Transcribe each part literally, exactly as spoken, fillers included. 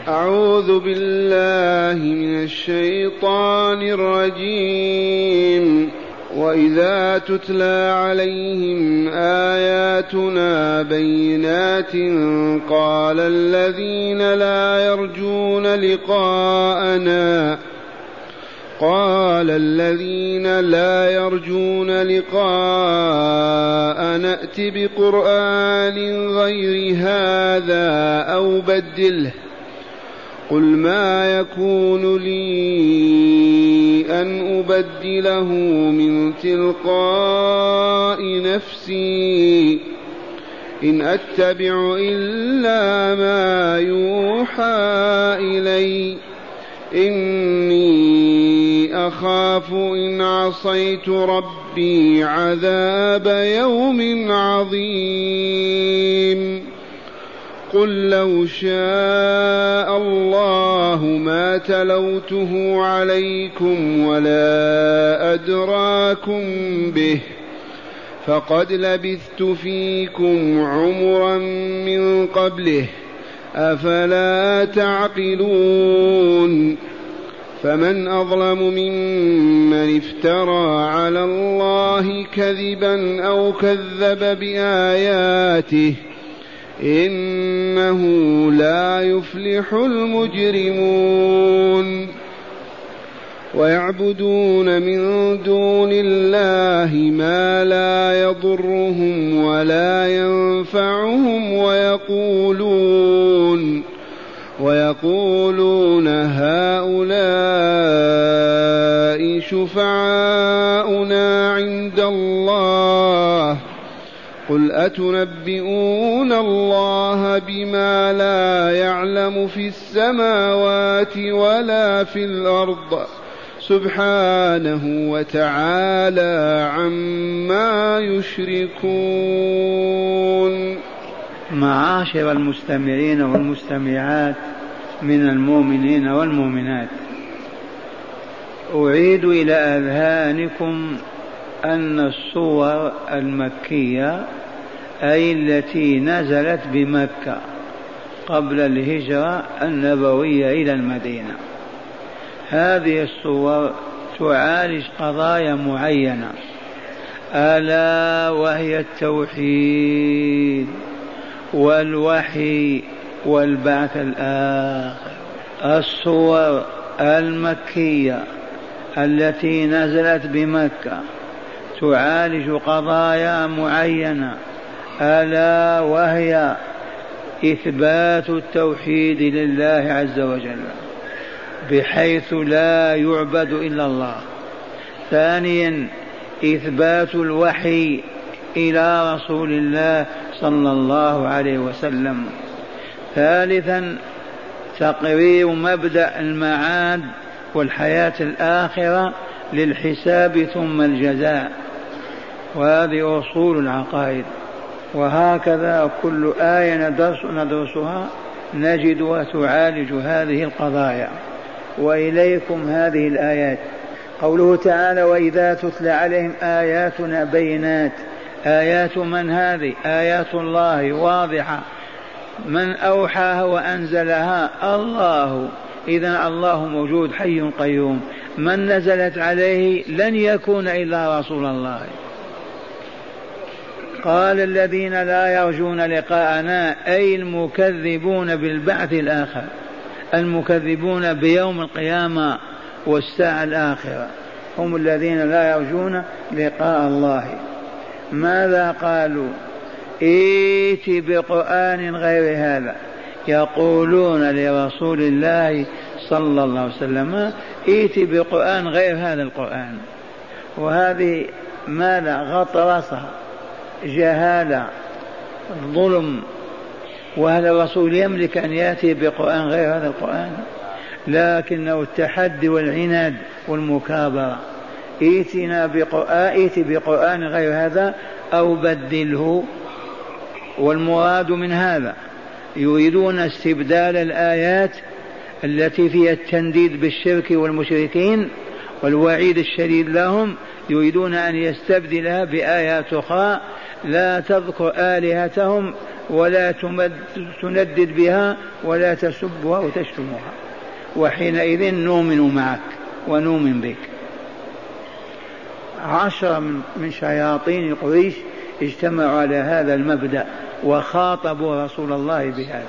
أعوذ بالله من الشيطان الرجيم. وإذا تتلى عليهم آياتنا بينات قال الذين لا يرجون لقاءنا قال الذين لا يرجون لقاءنا ائت بقرآن غير هذا أو بدله قل ما يكون لي أن أبدله من تلقاء نفسي إن أتبع إلا ما يوحى إلي إني أخاف إن عصيت ربي عذاب يوم عظيم. قل لو شاء الله ما تلوته عليكم ولا أدراكم به فقد لبثت فيكم عمرا من قبله أفلا تعقلون. فمن أظلم ممن افترى على الله كذبا أو كذب بآياته إنه لا يفلح المجرمون. ويعبدون من دون الله ما لا يضرهم ولا ينفعهم ويقولون ويقولون هؤلاء شفعاؤنا عند الله قل أتنبئون الله بما لا يعلم في السماوات ولا في الأرض سبحانه وتعالى عما يشركون. معاشر المستمعين والمستمعات من المؤمنين والمؤمنات، أعيد إلى أذهانكم أن السور المكية أي التي نزلت بمكة قبل الهجرة النبوية إلى المدينة، هذه السور تعالج قضايا معينة ألا وهي التوحيد والوحي والبعث الآخر. السور المكية التي نزلت بمكة تعالج قضايا معينة ألا وهي إثبات التوحيد لله عز وجل بحيث لا يعبد إلا الله. ثانيا إثبات الوحي إلى رسول الله صلى الله عليه وسلم. ثالثا تقرير مبدأ المعاد والحياة الآخرة للحساب ثم الجزاء، وهذه أصول العقائد. وهكذا كل آية ندرس ندرسها نجدها تعالج هذه القضايا. وإليكم هذه الآيات، قوله تعالى وإذا تتلى عليهم آياتنا بينات. آيات من هذه؟ آيات الله واضحة، من أوحاها وأنزلها؟ الله. إذن الله موجود حي قيوم. من نزلت عليه؟ لن يكون إلا رسول الله. قال الذين لا يرجون لقاءنا أي المكذبون بالبعث الآخر، المكذبون بيوم القيامة والساعة الآخرة، هم الذين لا يرجون لقاء الله. ماذا قالوا؟ ائت بقرآن غير هذا، يقولون لرسول الله صلى الله عليه وسلم ائت بقرآن غير هذا القرآن. وهذه ماذا؟ غطرسة، جهالة، ظلم. وهل الرسول يملك أن يأتي بقرآن غير هذا القرآن؟ لكنه التحدي والعناد والمكابرة. ائتنا بقرآن، ائت بقرآن غير هذا أو بدله. والمراد من هذا يريدون استبدال الآيات التي فيها التنديد بالشرك والمشركين والوعيد الشديد لهم، يريدون أن يستبدلها بآيات أخرى لا تذكر آلهتهم ولا تندد بها ولا تسبها وتشتمها، وحينئذ نؤمن معك ونؤمن بك. عشرة من شياطين قريش اجتمعوا على هذا المبدأ وخاطبوا رسول الله بهذا.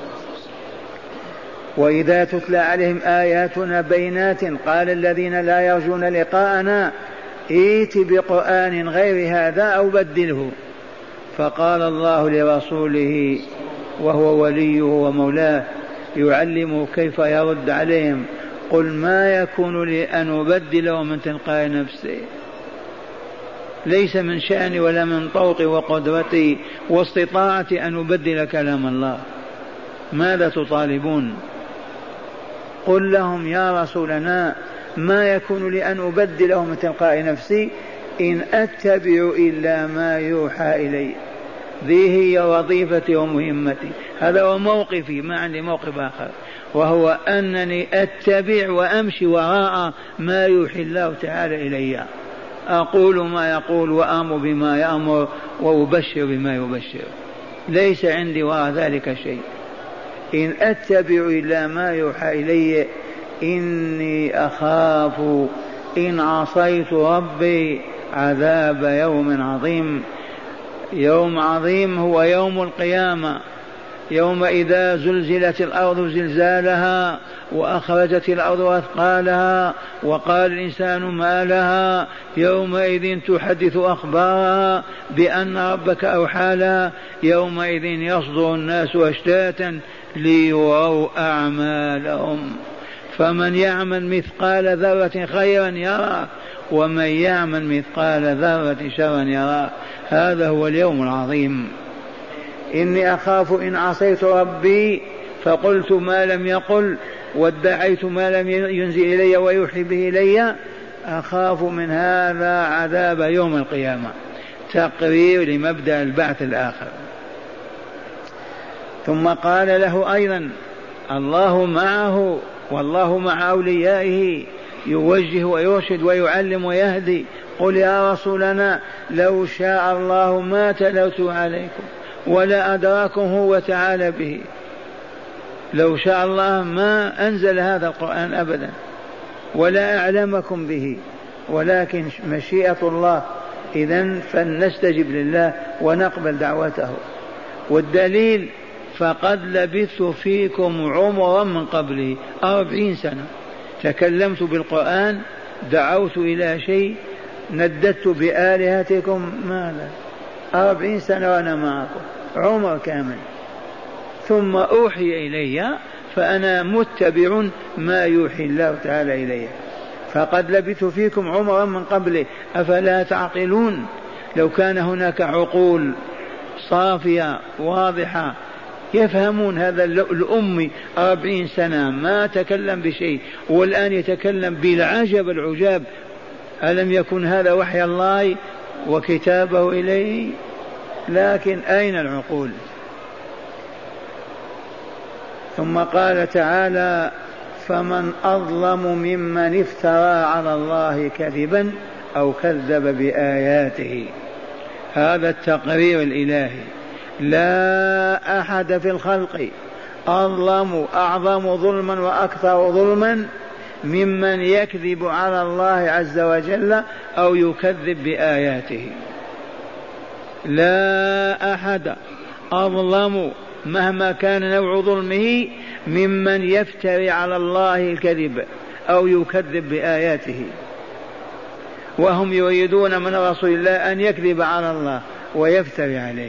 وإذا تتلى عليهم آياتنا بينات قال الذين لا يرجون لقاءنا ائت بقرآن غير هذا أو بدله. فقال الله لرسوله وهو وليه ومولاه يعلمه كيف يرد عليهم قل ما يكون لي أن أبدله من تلقاء نفسي، ليس من شأني ولا من طوقي وقدرتي واستطاعتي أن أبدل كلام الله، ماذا تطالبون؟ قل لهم يا رسولنا ما يكون لي أن أبدله من تلقاء نفسي إن أتبع إلا ما يوحى إلي. ذي هي وظيفتي ومهمتي، هذا هو موقفي، ما عندي موقف آخر، وهو أنني أتبع وأمشي وراء ما يوحي الله تعالى إلي، أقول ما يقول وآمر بما يأمر وأبشر بما يبشر، ليس عندي وراء ذلك شيء. إن أتبع إلا ما يوحى إلي إني أخاف إن عصيت ربي عذاب يوم عظيم. يوم عظيم هو يوم القيامة، يوم إذا زلزلت الأرض زلزالها وأخرجت الأرض أثقالها وقال الإنسان ما لها يومئذ تحدث أخبارها بأن ربك أوحى لها يومئذ يصدر الناس أشتاتا ليروا أعمالهم فمن يعمل مثقال ذرة خيرا يرى ومن يعمل مثقال ذرة شرا يرى. هذا هو اليوم العظيم. إني أخاف إن عصيت ربي فقلت ما لم يقل وادعيت ما لم ينزل إلي ويوحي به إلي، أخاف من هذا عذاب يوم القيامة، تقرير لمبدأ البعث الآخر. ثم قال له أيضا الله معه والله مع أوليائه يوجه ويرشد ويعلم ويهدي. قل يا رسولنا لو شاء الله ما تلوت عليكم ولا أدراكم هو تعالى به، لو شاء الله ما أنزل هذا القرآن أبدا ولا أعلمكم به، ولكن مشيئة الله، إذن فلنستجب لله ونقبل دعوته. والدليل فقد لبثت فيكم عمرا من قبله أربعين سنة، تكلمت بالقرآن، دعوت إلى شيء، نددت بآلهتكم، ماذا؟ أربعين سنة وأنا معكم، عمر كامل. ثم أوحي إلي فأنا متبع ما يوحي الله تعالى إلي. فقد لبثت فيكم عمرا من قبله أفلا تعقلون؟ لو كان هناك عقول صافية واضحة يفهمون هذا الأمي أربعين سنة ما تكلم بشيء والآن يتكلم بالعجب العجاب. ألم يكن هذا وحي الله وكتابه إليه؟ لكن أين العقول؟ ثم قال تعالى فمن أظلم ممن افترى على الله كذبا أو كذب بآياته. هذا التقرير الإلهي، لا أحد في الخلق أظلم أعظم ظلما وأكثر ظلما ممن يكذب على الله عز وجل أو يكذب بآياته. لا أحد أظلم مهما كان نوع ظلمه ممن يفتري على الله الكذب أو يكذب بآياته، وهم يريدون من رسول الله أن يكذب على الله ويفتري عليه.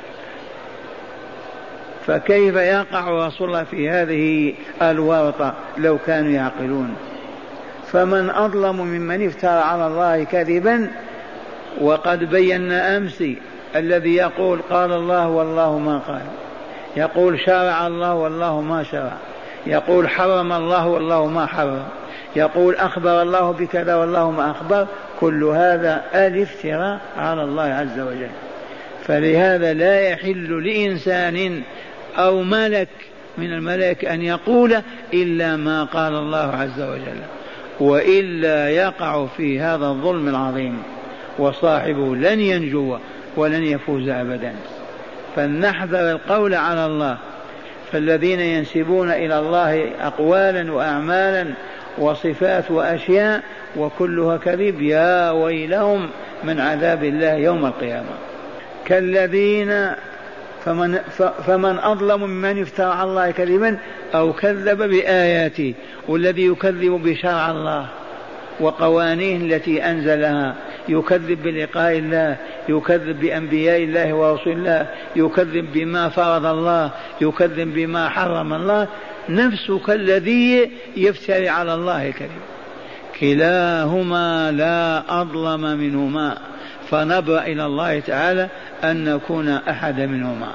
فكيف يقع رسول الله في هذه الورطة لو كانوا يعقلون؟ فمن أظلم ممن افترى على الله كذبا. وقد بينا أمس الذي يقول قال الله والله ما قال، يقول شرع الله والله ما شرع، يقول حرم الله والله ما حرم، يقول أخبر الله بكذا والله ما أخبر، كل هذا الافتراء على الله عز وجل. فلهذا لا يحل لإنسان أو ملك من الملائكة أن يقول إلا ما قال الله عز وجل، وإلا يقع في هذا الظلم العظيم وصاحبه لن ينجو ولن يفوز أبدا. فلنحذر القول على الله. فالذين ينسبون إلى الله أقوالا وأعمالا وصفات وأشياء وكلها كذب يا ويلهم من عذاب الله يوم القيامة. كالذين فمن, فمن أظلم ممن افترى على الله كذبا أو كذب بآياته، والذي يكذب بشرع الله وقوانين التي أنزلها، يكذب بلقاء الله، يكذب بأنبياء الله ورسول الله، يكذب بما فرض الله، يكذب بما حرم الله، نفسه كالذي يفتري على الله الكذب. كلاهما لا أظلم منهما، فنبرأ إلى الله تعالى أن نكون أحد منهما.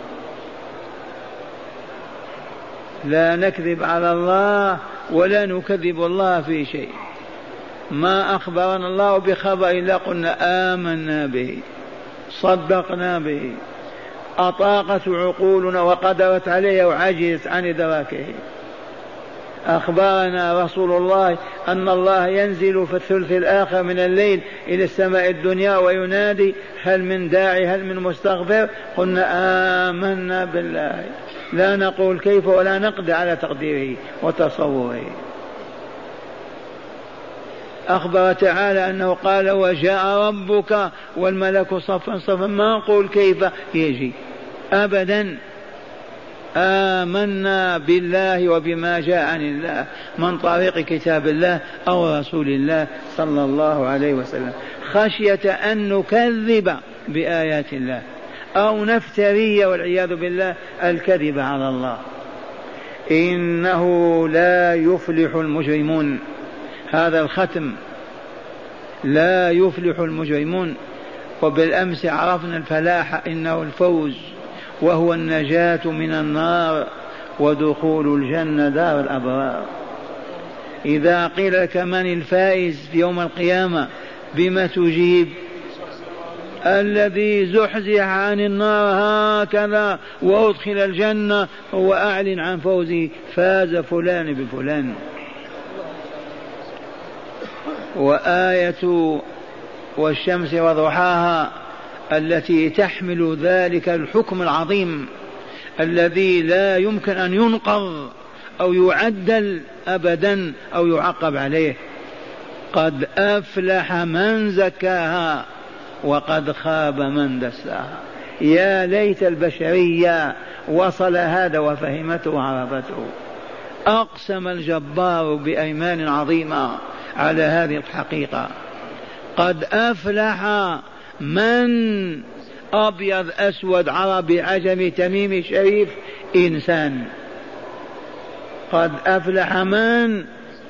لا نكذب على الله ولا نكذب الله في شيء. ما أخبرنا الله بخبر إلا قلنا آمنا به صدقنا به، أطاقت عقولنا وقدرت عليه وعجزت عن إدراكه. أخبرنا رسول الله أن الله ينزل في الثلث الآخر من الليل إلى السماء الدنيا وينادي هل من داعي هل من مستغفر، قلنا آمنا بالله، لا نقول كيف ولا نقدر على تقديره وتصوره. أخبر تعالى أنه قال وجاء ربك والملك صفا صفا، ما نقول كيف يجي أبدا. آمنا بالله وبما جاء عن الله من طريق كتاب الله أو رسول الله صلى الله عليه وسلم، خشية أن نكذب بآيات الله أو نفتري والعياذ بالله الكذب على الله. إنه لا يفلح المجرمون، هذا الختم، لا يفلح المجرمون. وبالأمس عرفنا الفلاح إنه الفوز، وهو النجاة من النار ودخول الجنة دار الأبرار. إذا قيل لك من الفائز في يوم القيامة بما تجيب؟ الذي زحزح عن النار هكذا وأدخل الجنة، هو أعلن عن فوزه، فاز فلان بفلان. وآية والشمس وضحاها التي تحمل ذلك الحكم العظيم الذي لا يمكن أن ينقض أو يعدل أبدا أو يعقب عليه. قد أفلح من زكاها وقد خاب من دساها. يا ليت البشرية وصل هذا وفهمته وعرفته. أقسم الجبار بأيمان عظيمة على هذه الحقيقة. قد أفلح من، أبيض أسود عربي عجمي تميمي شريف إنسان، قد أفلح من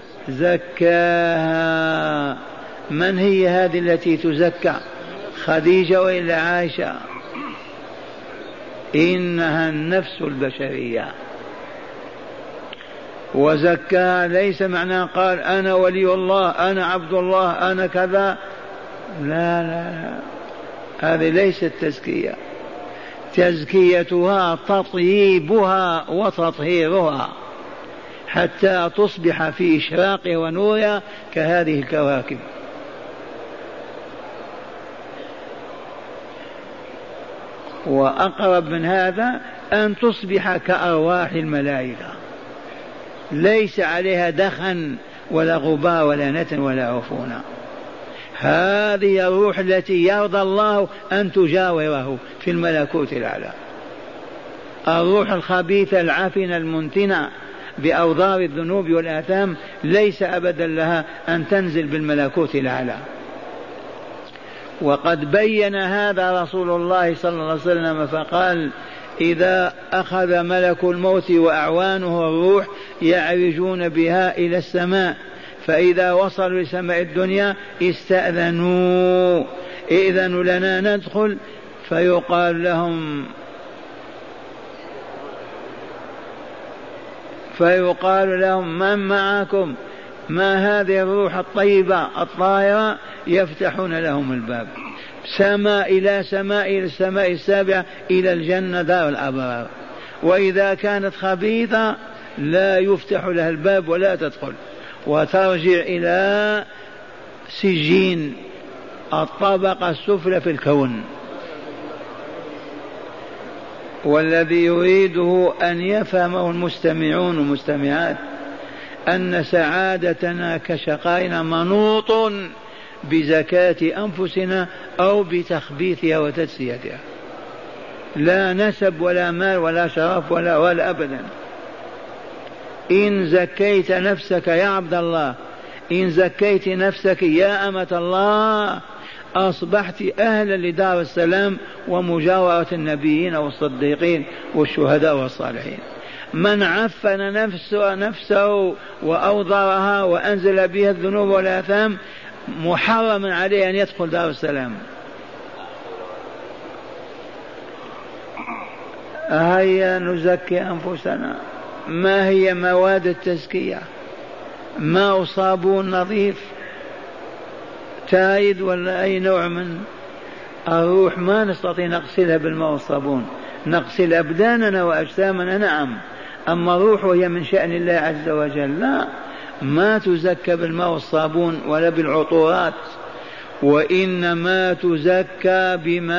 زكاها. من هي هذه التي تزكى؟ خديجة وإلا عائشة؟ إنها النفس البشرية. وزكاها ليس معناه قال أنا ولي الله أنا عبد الله أنا كذا، لا لا لا، هذه ليست تزكية. تزكيتها تطييبها وتطهيرها حتى تصبح في إشراقها ونورها كهذه الكواكب. وأقرب من هذا أن تصبح كأرواح الملائكة، ليس عليها دخن ولا غبار ولا نتن ولا عفونة. هذه الروح التي يرضى الله أن تجاوره في الملكوت الأعلى. الروح الخبيثة العفنة المنتنة بأوضار الذنوب والآثام ليس أبدا لها أن تنزل بالملكوت الأعلى. وقد بين هذا رسول الله صلى الله عليه وسلم فقال إذا أخذ ملك الموت وأعوانه الروح يعرجون بها إلى السماء، فإذا وصلوا لسماء الدنيا استأذنوا إذن لنا ندخل، فيقال لهم فيقال لهم من معكم؟ ما هذه الروح الطيبة الطاهرة؟ يفتحون لهم الباب، سماء إلى سماء إلى السماء السابعة إلى الجنة دار الأبرار. وإذا كانت خبيثة لا يفتح لها الباب ولا تدخل، وترجع إلى سجين الطبقة السفلى في الكون. والذي يريده أن يفهمه المستمعون والمستمعات أن سعادتنا كشقائنا منوط بزكاة أنفسنا أو بتخبيثها وتدسيتها، لا نسب ولا مال ولا شرف ولا ولا أبدا. إن زكيت نفسك يا عبد الله، إن زكيت نفسك يا أمة الله، أصبحت أهلا لدار السلام ومجاورة النبيين والصديقين والشهداء والصالحين. من عفن نفسه, نفسه وأوضرها وأنزل بها الذنوب والآثام محرم عليه أن يدخل دار السلام. هيا نزكي أنفسنا. ما هي مواد التزكية؟ ماء صابون نظيف تايد ولا أي نوع من الروح ما نستطيع نغسلها بالماء والصابون، نغسل أبداننا وأجسامنا نعم، أما الروح وهي من شأن الله عز وجل لا، ما تزكى بالماء والصابون ولا بالعطورات، وإنما تزكى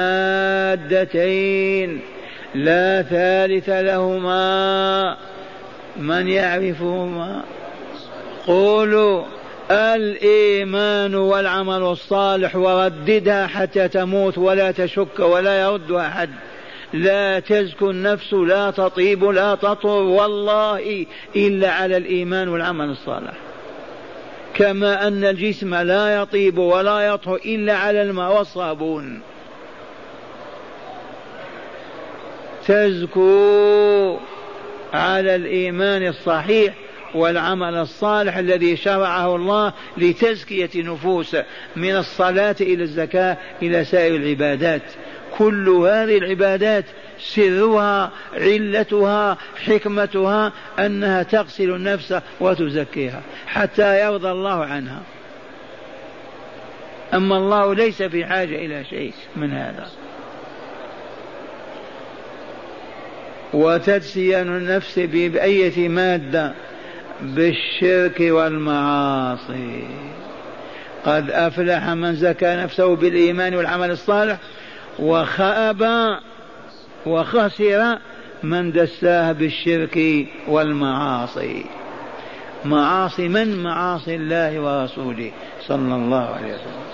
بمادتين لا ثالث لهما. من يعرفهما؟ قولوا الإيمان والعمل الصالح، ورددها حتى تموت ولا تشك ولا يرد أحد. لا تزكو النفس، لا تطيب، لا تطر والله إلا على الإيمان والعمل الصالح، كما أن الجسم لا يطيب ولا يطهر إلا على الماء والصابون. تزكو على الإيمان الصحيح والعمل الصالح الذي شرعه الله لتزكية نفوس، من الصلاة إلى الزكاة إلى سائر العبادات. كل هذه العبادات سرها علتها حكمتها أنها تغسل النفس وتزكيها حتى يرضى الله عنها. أما الله ليس في حاجة إلى شيء من هذا. وتدسين النفس بأية مادة؟ بالشرك والمعاصي. قد أفلح من زكى نفسه بالإيمان والعمل الصالح، وخاب وخسر من دساها بالشرك والمعاصي. معاصي من؟ معاصي الله ورسوله صلى الله عليه وسلم.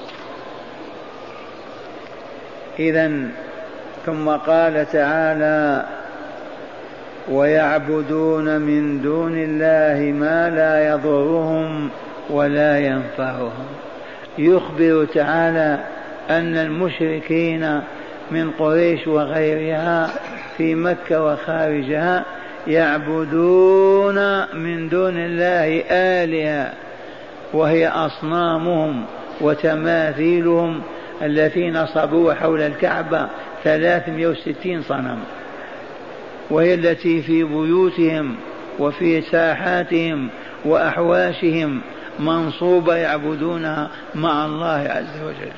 إذن ثم قال تعالى ويعبدون من دون الله ما لا يضرهم ولا ينفعهم. يخبر تعالى أن المشركين من قريش وغيرها في مكة وخارجها يعبدون من دون الله آلهة، وهي أصنامهم وتماثيلهم التي نصبوا حول الكعبة ثلاثمائة وستين صنم، وهي التي في بيوتهم وفي ساحاتهم وأحواشهم منصوبة يعبدونها مع الله عز وجل.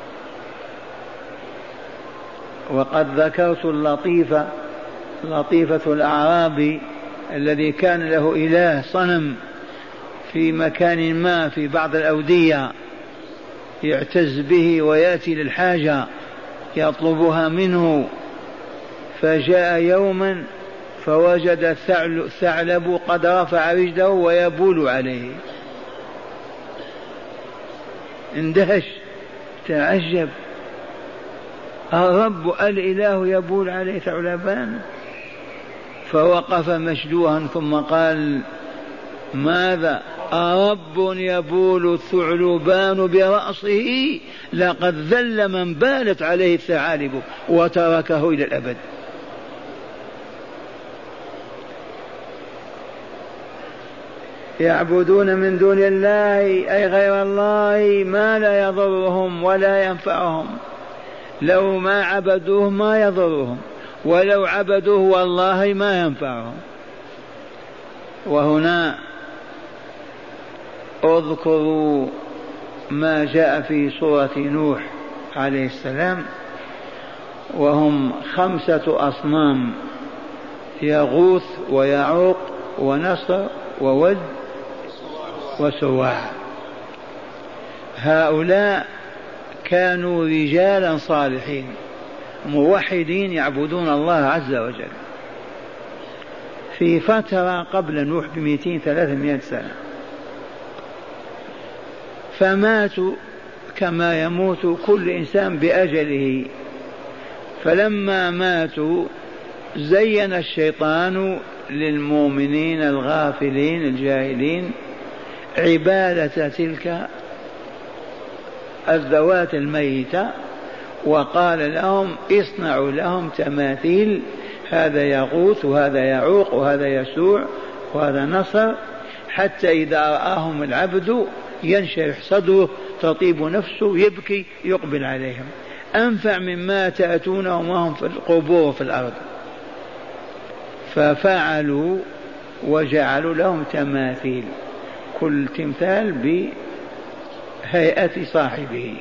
وقد ذكرت اللطيفة لطيفة الأعرابي الذي كان له إله صنم في مكان ما في بعض الأودية يعتز به ويأتي للحاجة يطلبها منه، فجاء يوما فوجد الثعلب قد رفع رجله ويبول عليه، اندهش تعجب، الرب الإله يبول عليه ثعلبان؟ فوقف مشدوها ثم قال ماذا؟ أرب يبول الثعلبان برأسه؟ لقد ذل من بالت عليه الثعالب وتركه إلى الأبد. يعبدون من دون الله أي غير الله ما لا يضرهم ولا ينفعهم. لو ما عبدوه ما يضرهم، ولو عبدوه والله ما ينفعهم. وهنا اذكروا ما جاء في سورة نوح عليه السلام، وهم خمسة أصنام: يغوث ويعوق ونصر وود وسواع. هؤلاء كانوا رجالا صالحين موحدين يعبدون الله عز وجل في فترة قبل نوح بمئتين ثلاثمائة سنة، فماتوا كما يموت كل إنسان بأجله. فلما ماتوا زين الشيطان للمؤمنين الغافلين الجاهلين عبادة تلك الذوات الميتة، وقال لهم اصنعوا لهم تماثيل، هذا يغوث وهذا يعوق وهذا يسوع وهذا نصر، حتى إذا رآهم العبد ينشرح صدره تطيب نفسه يبكي يقبل عليهم، أنفع مما تأتونهم وهم في القبور في الأرض. ففعلوا وجعلوا لهم تماثيل، كل تمثال بهيئة صاحبه.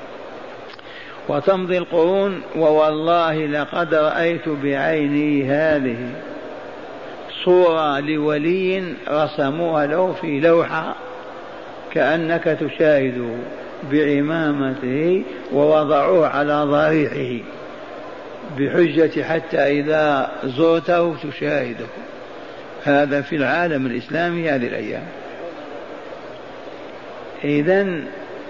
وتمضي القرون ووالله لقد رأيت بعيني هذه صورة لولي رسموها له في لوحة كأنك تشاهده بعمامته، ووضعوه على ضريحه بحجة حتى إذا زرته تشاهده. هذا في العالم الإسلامي هذه الأيام. إذن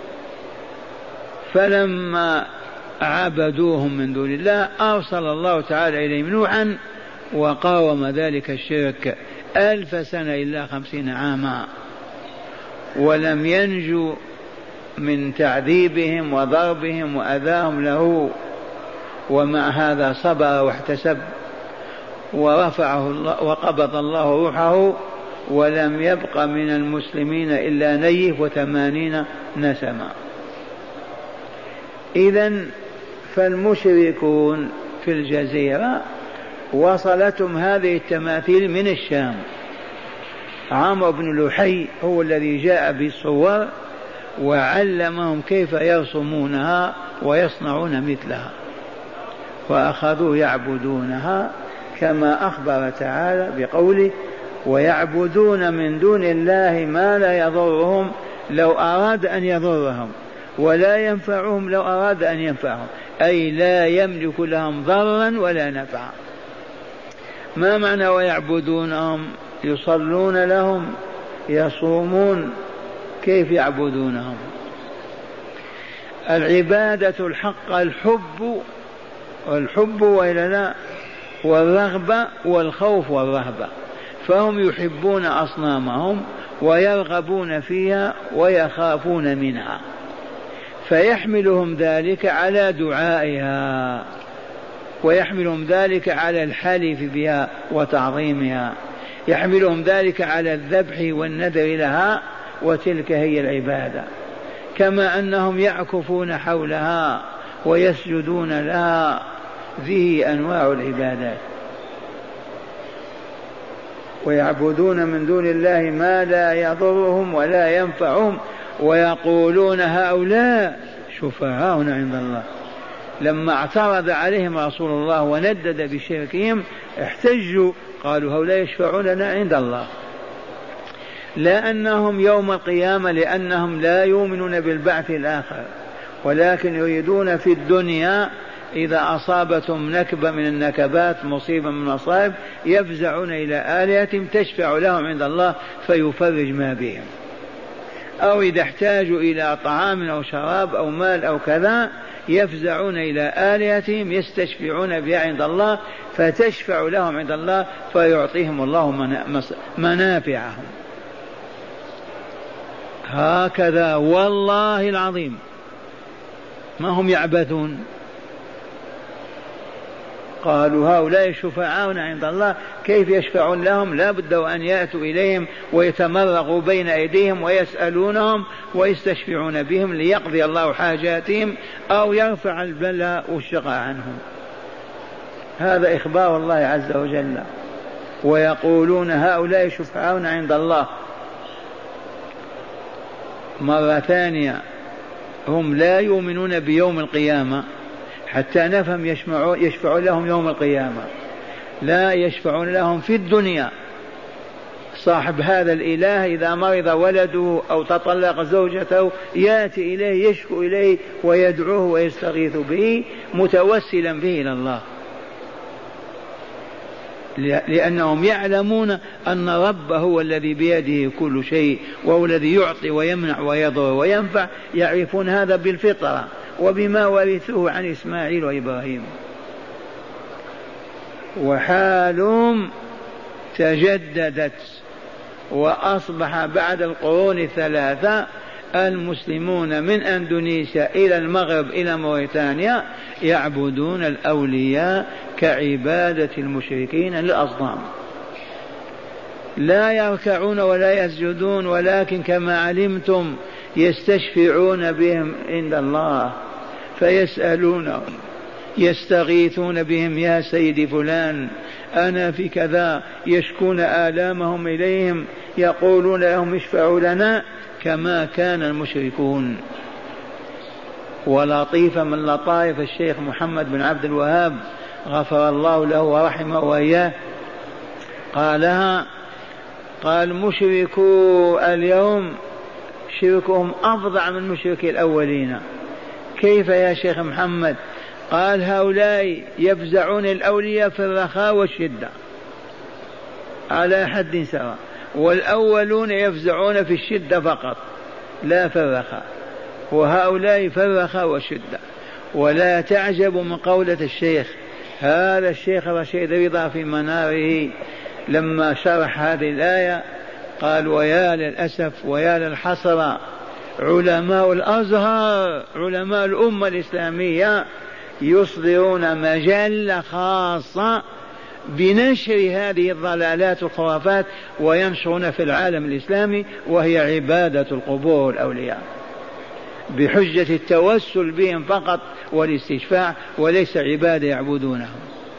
فلما عبدوهم من دون الله أرسل الله تعالى إليهم نوحا وقاوم ذلك الشرك ألف سنة إلا خمسين عاما، ولم ينجوا من تعذيبهم وضربهم وأذاهم له، ومع هذا صبر واحتسب ورفعه الله وقبض الله روحه، ولم يبق من المسلمين إلا نيف وثمانين نسمة. إذن فالمشركون في الجزيرة وصلتهم هذه التماثيل من الشام. عمرو بن لحي هو الذي جاء بالصور وعلمهم كيف يرسمونها ويصنعون مثلها، وأخذوا يعبدونها كما أخبر تعالى بقوله ويعبدون من دون الله ما لا يضرهم لو أراد أن يضرهم ولا ينفعهم لو أراد أن ينفعهم، أي لا يملك لهم ضرا ولا نفعا. ما معنى ويعبدونهم؟ يصلون لهم، يصومون، كيف يعبدونهم؟ العبادة الحق الحب والحب وإلا لا والرغبة والخوف والرهبة، فهم يحبون أصنامهم ويرغبون فيها ويخافون منها، فيحملهم ذلك على دعائها، ويحملهم ذلك على الحلف بها وتعظيمها، يحملهم ذلك على الذبح والنذر لها، وتلك هي العبادة. كما أنهم يعكفون حولها ويسجدون لها، ذي أنواع العبادات. ويعبدون من دون الله ما لا يضرهم ولا ينفعهم ويقولون هؤلاء شفعاؤنا عند الله. لما اعترض عليهم رسول الله وندد بشركهم احتجوا، قالوا هؤلاء يشفعوننا عند الله، لا أنهم يوم القيامة، لأنهم لا يؤمنون بالبعث الآخر، ولكن يريدون في الدنيا إذا أصابتهم نكبة من النكبات، مصيبة من المصائب، يفزعون إلى آلهتهم تشفع لهم عند الله فيفرج ما بهم، أو إذا احتاجوا إلى طعام أو شراب أو مال أو كذا يفزعون إلى آلهتهم يستشفعون بها عند الله فتشفع لهم عند الله فيعطيهم الله منافعهم. هكذا والله العظيم ما هم يعبثون. قالوا هؤلاء شفعاؤنا عند الله، كيف يشفعون لهم؟ لا بد أن يأتوا إليهم ويتمرغوا بين أيديهم ويسألونهم ويستشفعون بهم ليقضي الله حاجاتهم أو يرفع البلاء والشقاء عنهم. هذا إخبار الله عز وجل. ويقولون هؤلاء شفعاؤنا عند الله. مرة ثانية هم لا يؤمنون بيوم القيامة حتى نفهم يشفعون لهم يوم القيامة، لا يشفعون لهم في الدنيا صاحب هذا الإله إذا مرض ولده أو تطلق زوجته يأتي إليه يشكو إليه ويدعوه ويستغيث به متوسلا به إلى الله، لأنهم يعلمون أن رب هو الذي بيده كل شيء، وهو الذي يعطي ويمنع ويضر وينفع. يعرفون هذا بالفطرة وبما ورثوه عن إسماعيل وإبراهيم. وحالهم تجددت وأصبح بعد القرون الثلاثة المسلمون من أندونيسيا إلى المغرب إلى موريتانيا يعبدون الأولياء كعبادة المشركين للأصنام، لا يركعون ولا يسجدون، ولكن كما علمتم يستشفعون بهم عند الله فيسألونهم يستغيثون بهم، يا سيدي فلان أنا في كذا، يشكون آلامهم إليهم، يقولون لهم اشفعوا لنا كما كان المشركون. ولطيفة من لطائف الشيخ محمد بن عبد الوهاب غفر الله له ورحمه وإياه قالها، قال مشركو اليوم شركهم أفظع من مشركي الأولين. كيف يا شيخ محمد؟ قال هؤلاء يفزعون الأولياء في الرخاء والشدة على حد سواء، والأولون يفزعون في الشدة فقط لا في الرخاء، وهؤلاء في الرخاء والشدة. ولا تعجب من قولة الشيخ هذا الشيخ رشيد رضا في مناره لما شرح هذه الآية قال ويا للأسف ويا للحسرة علماء الأزهر علماء الأمة الإسلامية يصدرون مجلة خاصة بنشر هذه الضلالات والخرافات وينشرون في العالم الإسلامي، وهي عبادة القبور والأولياء بحجة التوسل بهم فقط والاستشفاع، وليس عبادة يعبدونهم.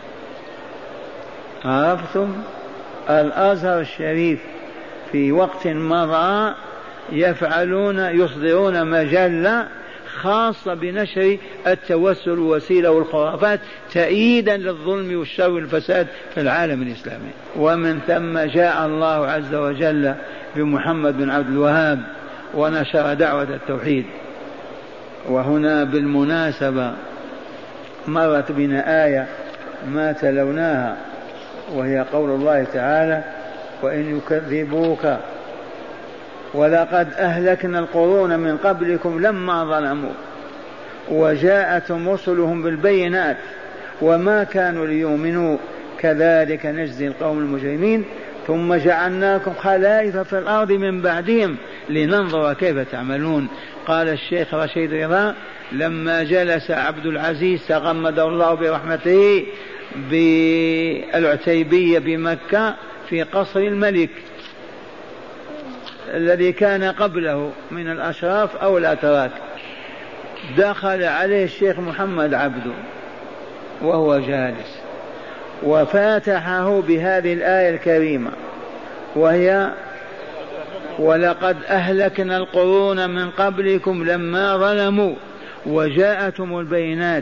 عرفتم؟ الأزهر الشريف في وقت مضى يفعلون يصدرون مجلة خاصة بنشر التوسل وسيلة والخرافات تأييدا للظلم والشر والفساد في العالم الإسلامي. ومن ثم جاء الله عز وجل بمحمد بن عبد الوهاب ونشر دعوة التوحيد. وهنا بالمناسبة مرت بنا آية ما تلوناها، وهي قول الله تعالى وإن يكذبوك ولقد أهلكنا القرون من قبلكم لما ظلموا وجاءتهم رسلهم بالبينات وما كانوا ليؤمنوا كذلك نجزي القوم المجرمين ثم جعلناكم خلائف في الأرض من بعدهم لننظر كيف تعملون. قال الشيخ رشيد رضا لما جلس عبد العزيز تغمده الله برحمته بالعتيبية بمكة في قصر الملك الذي كان قبله من الأشراف أو الأتراك، دخل عليه الشيخ محمد عبده وهو جالس وفاتحه بهذه الآية الكريمة وهي ولقد أهلكنا القرون من قبلكم لما ظلموا وجاءتهم البينات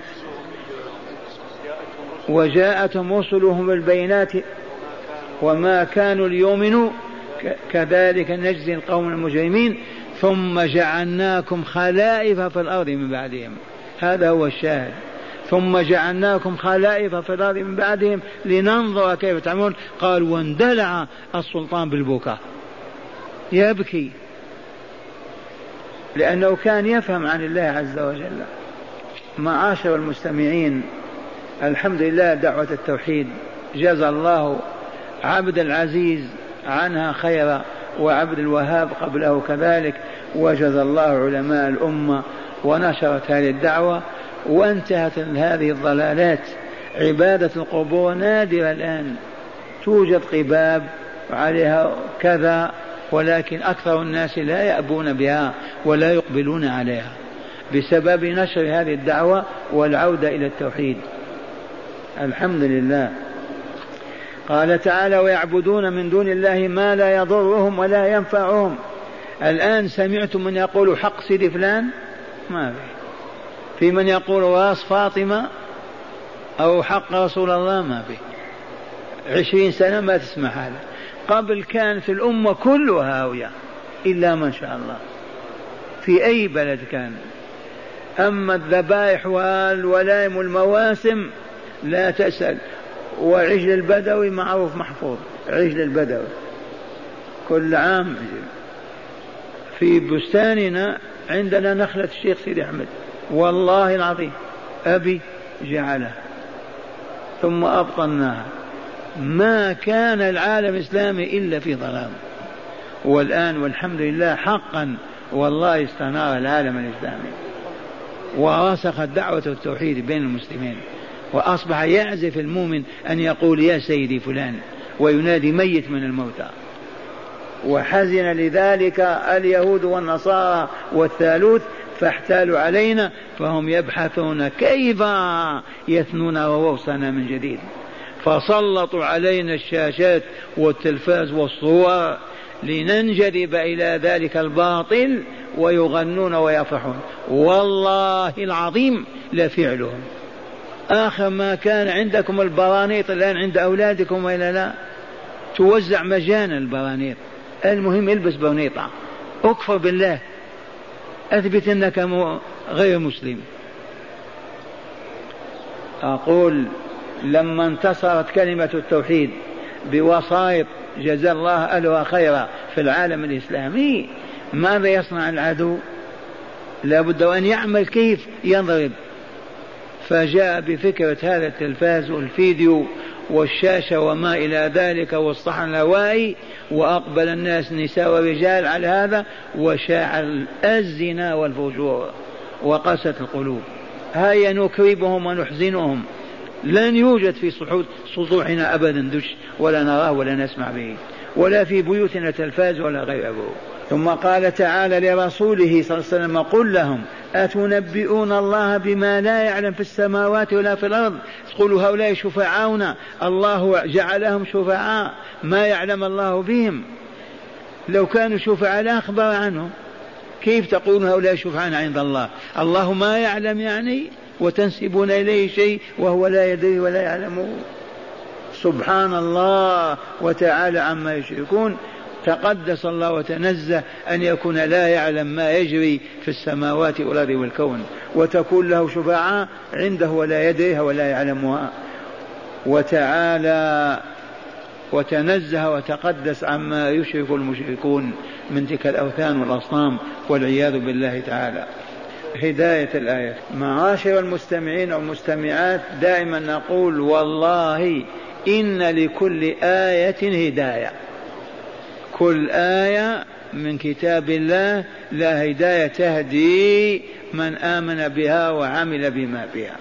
وجاءتهم رسلهم بالبينات وما كانوا ليؤمنوا كذلك نجزي القوم المجرمين ثم جعلناكم خلائف في الأرض من بعدهم. هذا هو الشاهد، ثم جعلناكم خلائف في الأرض من بعدهم لننظر كيف تعملون. قال واندلع السلطان بالبكاء يبكي لأنه كان يفهم عن الله عز وجل. معاشر المستمعين، الحمد لله دعوة التوحيد جزى الله عبد العزيز عنها خيرا وعبد الوهاب قبله كذلك، وجزى الله علماء الأمة ونشرت هذه الدعوة وانتهت هذه الضلالات. عبادة القبور نادرة الآن، توجد قباب عليها كذا، ولكن أكثر الناس لا يأبون بها ولا يقبلون عليها بسبب نشر هذه الدعوة والعودة إلى التوحيد. الحمد لله. قال تعالى ويعبدون من دون الله ما لا يضرهم ولا ينفعهم. الآن سمعتم من يقول حق سيدي فلان؟ ما في. في من يقول راس فاطمة أو حق رسول الله؟ ما في. عشرين سنة ما تسمع هذا. قبل كانت الأمة كلها هاوية إلا من شاء الله في أي بلد كان. أما الذبائح والولائم والمواسم لا تسأل. وعجل البدوي معروف محفوظ، عجل البدوي كل عام في بستاننا عندنا نخلة الشيخ سيدي أحمد، والله العظيم أبي جعلها ثم أبطلناها. ما كان العالم الإسلامي إلا في ظلام، والآن والحمد لله حقا والله استنار العالم الإسلامي ورسخت دعوة التوحيد بين المسلمين، وأصبح يعزف المؤمن أن يقول يا سيدي فلان وينادي ميت من الموتى. وحزن لذلك اليهود والنصارى والثالوث فاحتالوا علينا، فهم يبحثون كيف يثنون رؤوسنا من جديد، فسلطوا علينا الشاشات والتلفاز والصور لننجذب إلى ذلك الباطل ويغنون ويفرحون. والله العظيم لفعلهم. آخر ما كان عندكم البرانيط الآن عند أولادكم وإلا لا؟ توزع مجانا البرانيط، المهم البس برنيطة، أكفر بالله، أثبت أنك غير مسلم. أقول لما انتصرت كلمة التوحيد بوسائط جزا الله أهلها خيرا في العالم الإسلامي، ماذا يصنع العدو؟ لا بد أن يعمل كيف ينضرب، فجاء بفكرة هذا التلفاز والفيديو والشاشة وما إلى ذلك والصحن الهوائي، وأقبل الناس نساء ورجال على هذا، وشاع الزنا والفجور وقست القلوب. هيا نكربهم ونحزنهم، لن يوجد في سطوحنا أبدا دش ولا نراه ولا نسمع به، ولا في بيوتنا تلفاز ولا غيره. ثم قال تعالى لرسوله صلى الله عليه وسلم قل لهم أتنبئون الله بما لا يعلم في السماوات ولا في الأرض؟ تقولوا هؤلاء شفعاؤنا الله جعلهم شفعاء ما يعلم الله بهم، لو كانوا شفعاء لا أخبر عنهم، كيف تقولون هؤلاء شفعاء عند الله؟ الله ما يعلم يعني وتنسبون إليه شيء وهو لا يدري ولا يعلمه؟ سبحان الله وتعالى عما يشركون. تقدس الله وتنزه أن يكون لا يعلم ما يجري في السماوات والأرض والكون، وتكون له شفعاء عنده ولا يدريها ولا يعلمها. وتعالى وتنزه وتقدس عما يشرك المشركون من تلك الأوثان والأصنام والعياذ بالله تعالى. هداية الآية. معاشر المستمعين والمستمعات، دائما نقول والله إن لكل آية هداية، كل آية من كتاب الله لا هداية تهدي من آمن بها وعمل بما بها.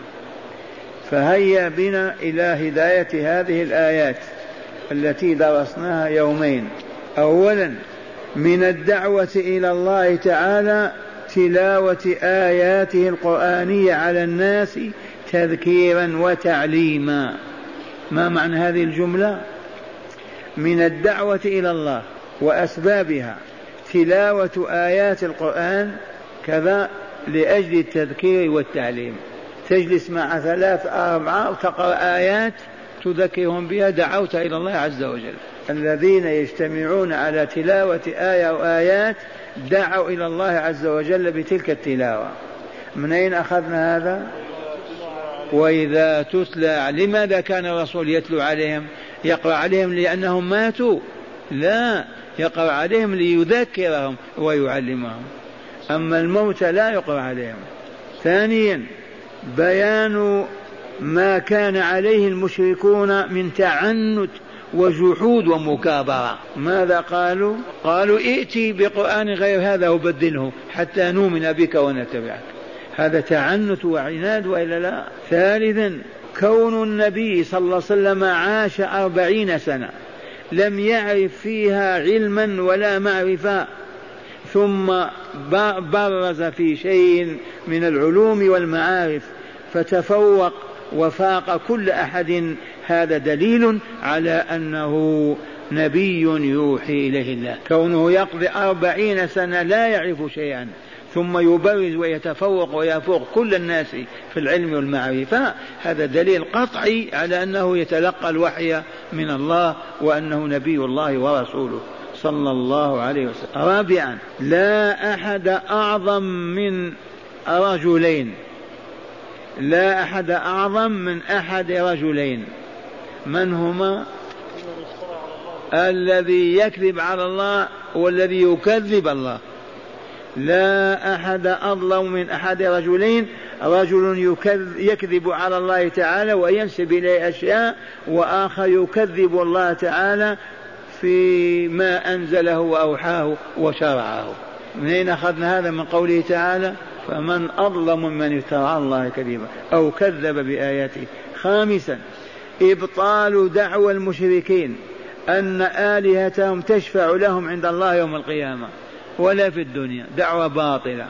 فهيا بنا إلى هداية هذه الآيات التي درسناها يومين. أولا من الدعوة إلى الله تعالى تلاوة آياته القرآنية على الناس تذكيرا وتعليما. ما معنى هذه الجملة؟ من الدعوة إلى الله وأسبابها تلاوة آيات القرآن كذا لأجل التذكير والتعليم. تجلس مع ثلاث أربعة وتقرأ آيات تذكرهم بها، دعوت إلى الله عز وجل. الذين يجتمعون على تلاوة آية وآيات دعوا إلى الله عز وجل بتلك التلاوة. من أين أخذنا هذا؟ وإذا تتلى، لماذا كان الرسول يتلو عليهم؟ يقرأ عليهم لأنهم ماتوا؟ لا، يقرأ عليهم ليذكرهم ويعلمهم، أما الموتى لا يقرأ عليهم. ثانيا بيان ما كان عليه المشركون من تعنت وجحود ومكابرة. ماذا قالوا؟ قالوا ائتي بقرآن غير هذا وبدله حتى نؤمن بك ونتبعك. هذا تعنت وعناد وإلا لا؟ ثالثا كون النبي صلى الله عليه وسلم عاش أربعين سنة لم يعرف فيها علما ولا معرفة، ثم برز في شيء من العلوم والمعارف فتفوق وفاق كل أحد. هذا دليل على أنه نبي يوحي إليه الله. كونه يقضي أربعين سنة لا يعرف شيئا ثم يبرز ويتفوق ويفوق كل الناس في العلم والمعرفة، هذا دليل قطعي على أنه يتلقى الوحي من الله وأنه نبي الله ورسوله صلى الله عليه وسلم. رابعا، لا أحد أعظم من رجلين، لا أحد أعظم من أحد رجلين. من هما؟ الذي يكذب على الله والذي يكذب الله. لا أحد أظلم من أحد رجلين، رجل يكذب على الله تعالى وينسب إليه أشياء، وآخر يكذب الله تعالى فيما أنزله وأوحاه وشرعه. منين أخذنا هذا؟ من قوله تعالى: فمن أظلم ممن افترى على الله كذبا أو كذب بآياته. خامسا، إبطال دعوى المشركين أن آلهتهم تشفع لهم عند الله يوم القيامة ولا في الدنيا، دعوة باطلة.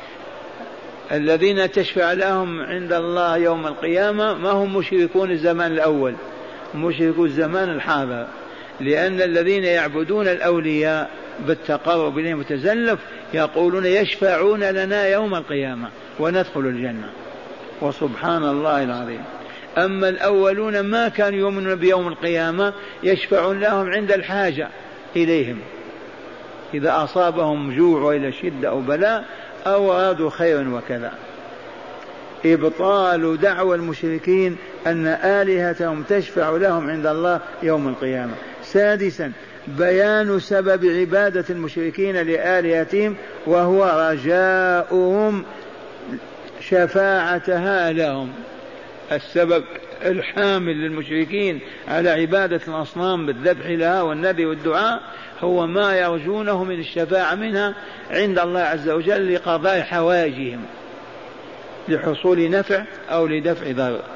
الذين تشفع لهم عند الله يوم القيامة ما هم مشركون الزمان الأول، مشركو الزمان الحاضر، لأن الذين يعبدون الأولياء بالتقرب إليهم وتزلف يقولون يشفعون لنا يوم القيامة وندخل الجنة، وسبحان الله العظيم. أما الأولون ما كانوا يؤمنون بيوم القيامة، يشفعون لهم عند الحاجة إليهم، إذا أصابهم جوع وإلى شدة أو بلاء أو أرادوا خيرا وكذا. إبطال دعوى المشركين أن آلهتهم تشفع لهم عند الله يوم القيامة. سادسا، بيان سبب عبادة المشركين لآلهتهم، وهو رجاؤهم شفاعتها لهم. السبب الحامل للمشركين على عبادة الأصنام بالذبح لها والنذر والدعاء هو ما يرجونه من الشفاعة منها عند الله عز وجل لقضاء حوائجهم، لحصول نفع أو لدفع ضر.